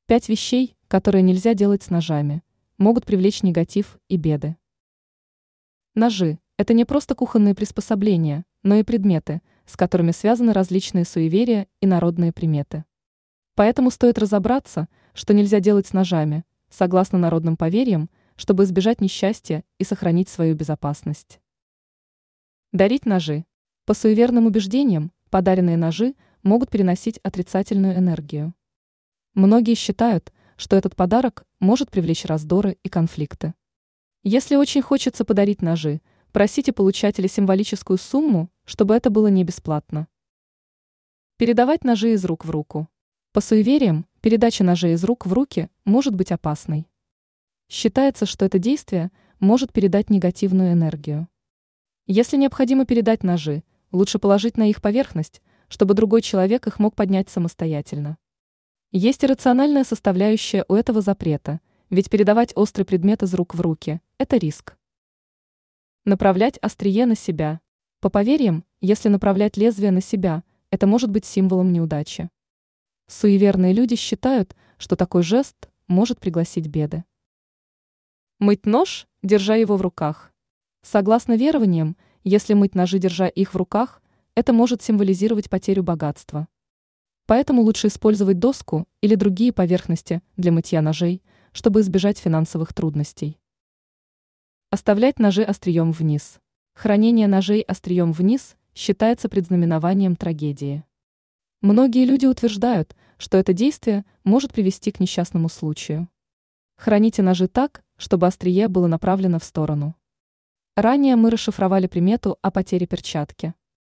5 вещей, которые нельзя делать с ножами, могут привлечь негатив и беды. Ножи – это не просто кухонные приспособления, но и предметы, с которыми связаны различные суеверия и народные приметы. Поэтому стоит разобраться, что нельзя делать с ножами, согласно народным поверьям, чтобы избежать несчастья и сохранить свою безопасность. Дарить ножи. По суеверным убеждениям, подаренные ножи могут переносить отрицательную энергию. Многие считают, что этот подарок может привлечь раздоры и конфликты. Если очень хочется подарить ножи, просите получателя символическую сумму, чтобы это было не бесплатно. Передавать ножи из рук в руку. По суевериям, передача ножей из рук в руки может быть опасной. Считается, что это действие может передать негативную энергию. Если необходимо передать ножи, лучше положить на их поверхность, чтобы другой человек их мог поднять самостоятельно. Есть иррациональная составляющая у этого запрета, ведь передавать острый предмет из рук в руки – это риск. Направлять острие на себя. По поверьям, если направлять лезвие на себя, это может быть символом неудачи. Суеверные люди считают, что такой жест может пригласить беды. Мыть нож, держа его в руках. Согласно верованиям, если мыть ножи, держа их в руках, это может символизировать потерю богатства. Поэтому лучше использовать доску или другие поверхности для мытья ножей, чтобы избежать финансовых трудностей. Оставлять ножи острием вниз. Хранение ножей острием вниз считается предзнаменованием трагедии. Многие люди утверждают, что это действие может привести к несчастному случаю. Храните ножи так, чтобы острие было направлено в сторону. Ранее мы расшифровали примету о потере перчатки.